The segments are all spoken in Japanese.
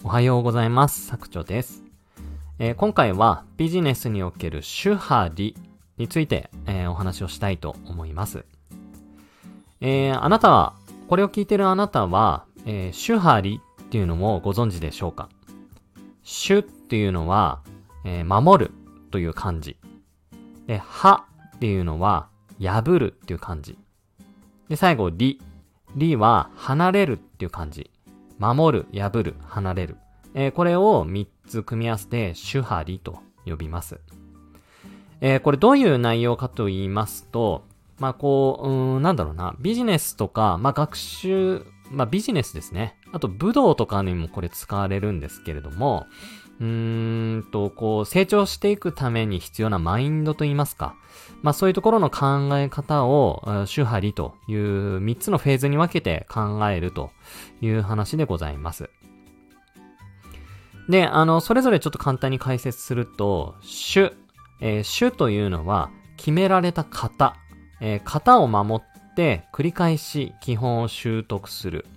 おはようございます。佐久長です。今回はビジネスにおける手張りについて、お話をしたいと思います。あなたは、これを聞いているあなたは、手張りっていうのをご存知でしょうか？手っていうのは、守るという漢字。で、はっていうのは破るっていう漢字。で、最後、りは離れるっていう漢字。守る、破る、離れる。これを3つ組み合わせて手張りと呼びます。これどういう内容かと言いますと、ビジネスとか、学習、ビジネスですね。あと武道とかにもこれ使われるんですけれども、成長していくために必要なマインドと言いますか。そういうところの考え方を、手張りという3つのフェーズに分けて考えるという話でございます。で、それぞれちょっと簡単に解説すると、手というのは決められた型、型を守って繰り返し基本を習得する。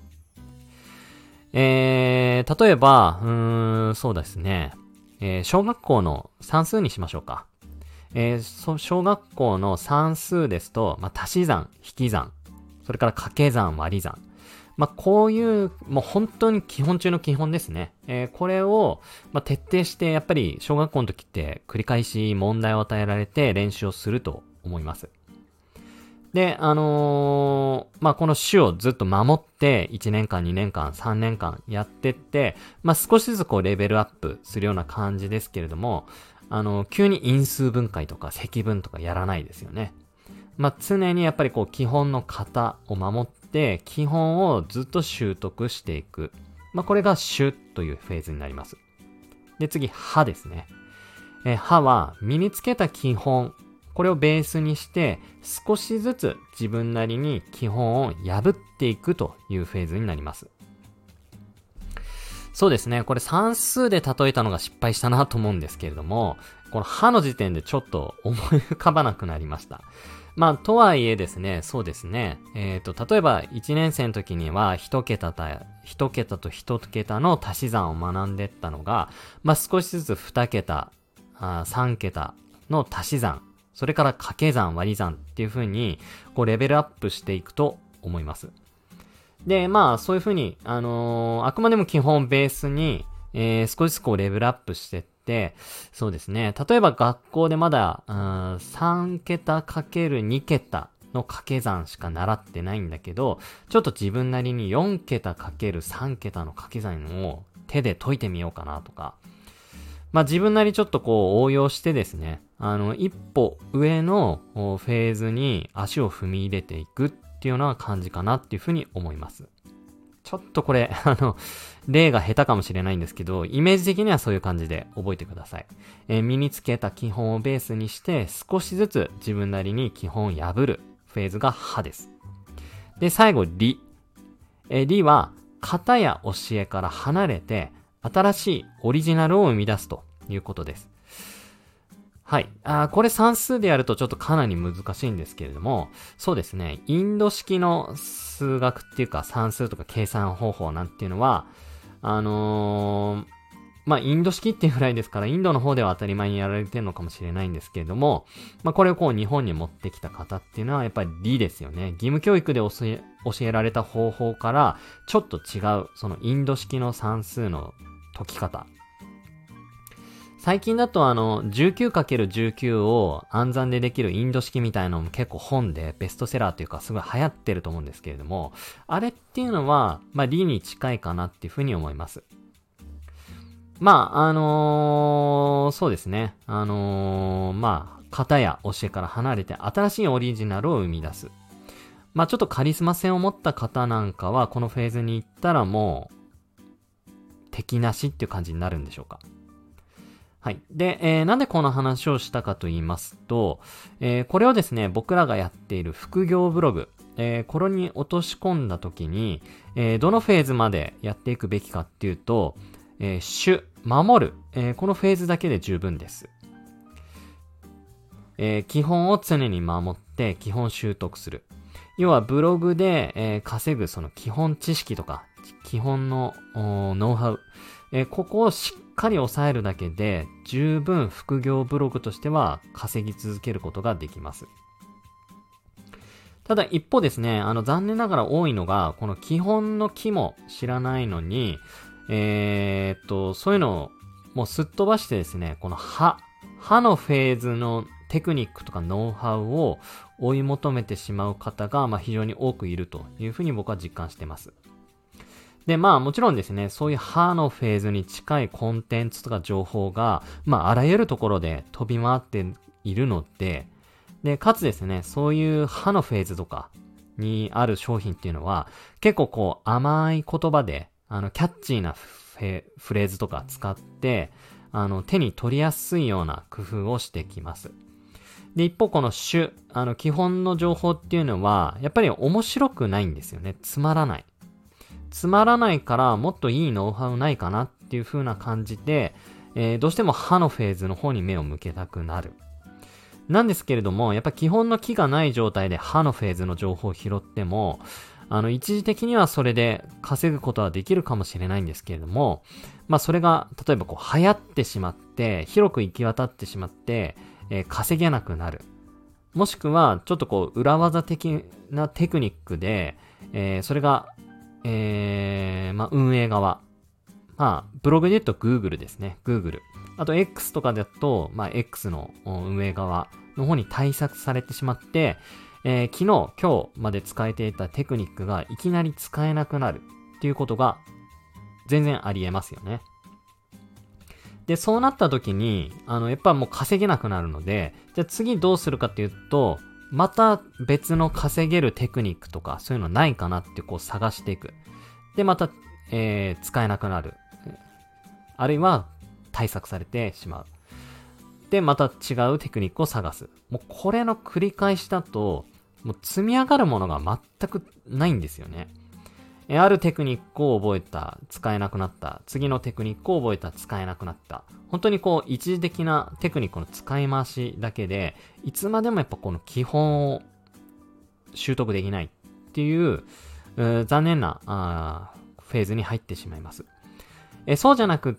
例えば、そうですね。小学校の算数にしましょうか。小学校の算数ですと、足し算、引き算、それから掛け算、割り算。こういう、もう本当に基本中の基本ですね。これを、徹底して、やっぱり小学校の時って繰り返し問題を与えられて練習をすると思います。で、この手をずっと守って、1年間、2年間、3年間やってって、少しずつレベルアップするような感じですけれども、急に因数分解とか積分とかやらないですよね。常にやっぱり基本の型を守って、基本をずっと習得していく。これが手というフェーズになります。で、次、はですね。はは、身につけた基本、これをベースにして、少しずつ自分なりに基本を破っていくというフェーズになります。そうですね。これ算数で例えたのが失敗したなと思うんですけれども、このはの時点でちょっと思い浮かばなくなりました。とはいえですね、そうですね。例えば1年生の時には1桁と1桁の足し算を学んでったのが、少しずつ2桁、3桁の足し算、それから掛け算、割り算っていう風に、レベルアップしていくと思います。で、そういう風に、あくまでも基本ベースに、少しずつレベルアップしてって、そうですね。例えば学校でまだ、3桁かける2桁の掛け算しか習ってないんだけど、ちょっと自分なりに4桁かける3桁の掛け算を手で解いてみようかなとか、自分なりちょっと応用してですね、一歩上のフェーズに足を踏み入れていくっていうような感じかなっていうふうに思います。ちょっとこれ、例が下手かもしれないんですけど、イメージ的にはそういう感じで覚えてください。身につけた基本をベースにして、少しずつ自分なりに基本を破るフェーズがはです。で、最後、り。りは、型や教えから離れて、新しいオリジナルを生み出すということです。はい。これ算数でやるとちょっとかなり難しいんですけれども、そうですね。インド式の数学っていうか算数とか計算方法なんていうのは、インド式っていうぐらいですから、インドの方では当たり前にやられてるのかもしれないんですけれども、これを日本に持ってきた方っていうのはやっぱり理ですよね。義務教育で教えられた方法からちょっと違う、そのインド式の算数の解き方。最近だと19×19 を暗算でできるインド式みたいなのも結構本でベストセラーというかすごい流行ってると思うんですけれども、あれっていうのは、理に近いかなっていうふうに思います。そうですね。型や教えから離れて新しいオリジナルを生み出す。ちょっとカリスマ性を持った方なんかは、このフェーズに行ったらもう、敵なしっていう感じになるんでしょうか。はい。で、なんでこの話をしたかと言いますと、これをですね、僕らがやっている副業ブログ、これに落とし込んだ時に、どのフェーズまでやっていくべきかっていうと、守る、このフェーズだけで十分です。基本を常に守って基本習得する。要はブログで、稼ぐその基本知識とか基本のノウハウ、 ここをしっかり抑えるだけで、十分副業ブログとしては稼ぎ続けることができます。ただ一方ですね、残念ながら多いのが、この基本の木も知らないのに、そういうのをもうすっ飛ばしてですね、この歯のフェーズのテクニックとかノウハウを追い求めてしまう方が、非常に多くいるというふうに僕は実感してます。で、もちろんですね、そういう歯のフェーズに近いコンテンツとか情報が、あらゆるところで飛び回っているので、かつですね、そういう歯のフェーズとかにある商品っていうのは、結構こう甘い言葉で、キャッチーなフレーズとか使って、手に取りやすいような工夫をしてきます。で、一方この基本の情報っていうのは、やっぱり面白くないんですよね。つまらないからもっといいノウハウないかなっていう風な感じで、どうしても歯のフェーズの方に目を向けたくなる。なんですけれども、やっぱ基本の木がない状態で歯のフェーズの情報を拾っても、一時的にはそれで稼ぐことはできるかもしれないんですけれども、それが、例えばこう流行ってしまって、広く行き渡ってしまって、稼げなくなる。もしくは、ちょっとこう、裏技的なテクニックで、それが、運営側。ブログで言うと Google ですね。Google。あと X とかだと、X の運営側の方に対策されてしまって、昨日、今日まで使えていたテクニックがいきなり使えなくなるっていうことが全然あり得ますよね。で、そうなった時に、やっぱもう稼げなくなるので、じゃあ次どうするかっていうと、また別の稼げるテクニックとかそういうのないかなってこう探していく。で、また、使えなくなる。あるいは対策されてしまう。で、また違うテクニックを探す。もうこれの繰り返しだと、もう積み上がるものが全くないんですよね。あるテクニックを覚えた、使えなくなった。次のテクニックを覚えた、使えなくなった。本当にこう、一時的なテクニックの使い回しだけで、いつまでもやっぱこの基本を習得できないっていう、残念なフェーズに入ってしまいます。そうじゃなくって、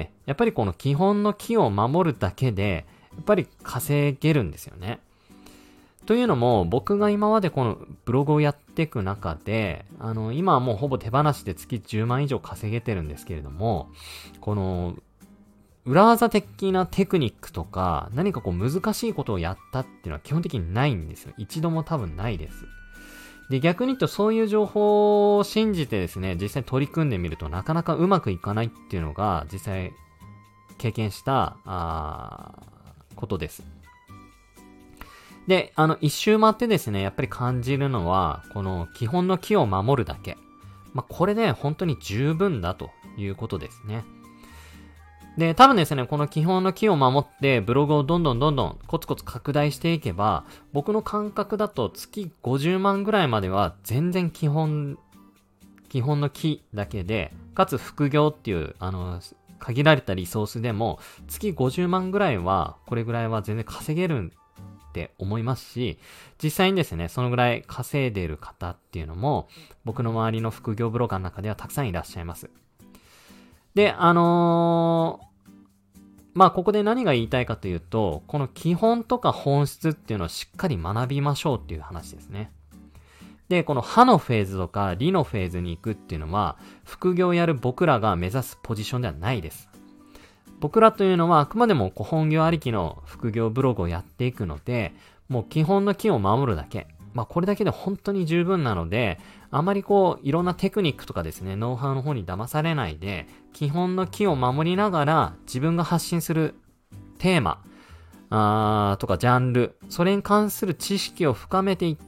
やっぱりこの基本の木を守るだけで、やっぱり稼げるんですよね。というのも、僕が今までこのブログをやっていく中で、今はもうほぼ手放しで月10万以上稼げてるんですけれども、この、裏技的なテクニックとか、何かこう難しいことをやったっていうのは基本的にないんですよ。一度も多分ないです。で、逆に言うとそういう情報を信じてですね、実際取り組んでみるとなかなかうまくいかないっていうのが実際経験したことです。で、一周回ってですね、やっぱり感じるのは、この基本の木を守るだけ。これで本当に十分だということですね。で、多分ですね、この基本の木を守ってブログをどんどんコツコツ拡大していけば、僕の感覚だと月50万ぐらいまでは全然基本の木だけで、かつ副業っていう、限られたリソースでも、月50万ぐらいは、これぐらいは全然稼げるって思いますし、実際にですね、そのぐらい稼いでいる方っていうのも、僕の周りの副業ブロガーの中ではたくさんいらっしゃいます。で、ここで何が言いたいかというと、この基本とか本質っていうのをしっかり学びましょうっていう話ですね。で、この歯のフェーズとか理のフェーズに行くっていうのは、副業をやる僕らが目指すポジションではないです。僕らというのはあくまでも本業ありきの副業ブログをやっていくので、もう基本の木を守るだけ。これだけで本当に十分なので、あまりいろんなテクニックとかですね、ノウハウの方に騙されないで、基本の木を守りながら、自分が発信するテーマ、とかジャンル、それに関する知識を深めていって、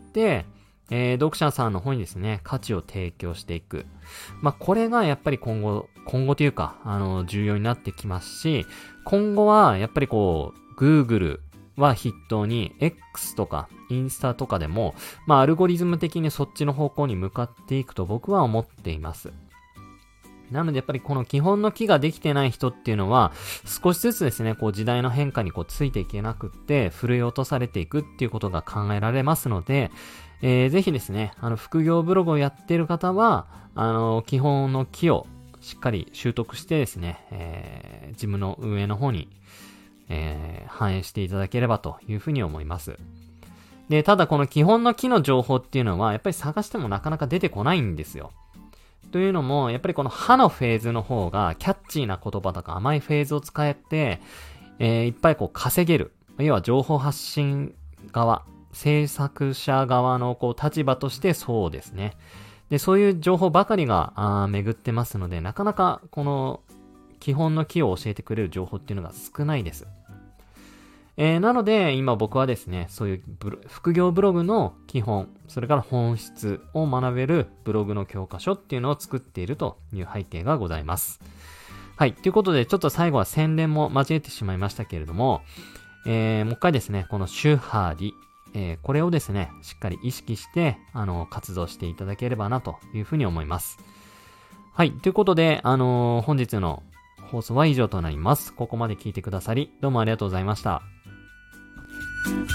読者さんの方にですね、価値を提供していく。これがやっぱり今後というか、重要になってきますし、今後はやっぱりGoogle は筆頭に X とかインスタとかでも、アルゴリズム的にそっちの方向に向かっていくと僕は思っています。なのでやっぱりこの基本の木ができてない人っていうのは、少しずつですね、時代の変化についていけなくって、振り落とされていくっていうことが考えられますので、ぜひですね、副業ブログをやっている方は、基本の木をしっかり習得してですね、自分の運営の方に、反映していただければというふうに思います。で、ただこの基本の木の情報っていうのは、やっぱり探してもなかなか出てこないんですよ。というのも、やっぱりこの歯のフェーズの方が、キャッチーな言葉とか甘いフェーズを使って、いっぱいこう稼げる。要は情報発信側、制作者側のこう立場としてそうですね。で、そういう情報ばかりが巡ってますので、なかなかこの基本の木を教えてくれる情報っていうのが少ないです。なので、今僕はですね、そういう副業ブログの基本、それから本質を学べるブログの教科書っていうのを作っているという背景がございます。はい。ということで、ちょっと最後は宣伝も交えてしまいましたけれども、もう一回ですね、この周波理、これをですね、しっかり意識して、活動していただければなというふうに思います。はい。ということで、本日の放送は以上となります。ここまで聞いてくださり、どうもありがとうございました。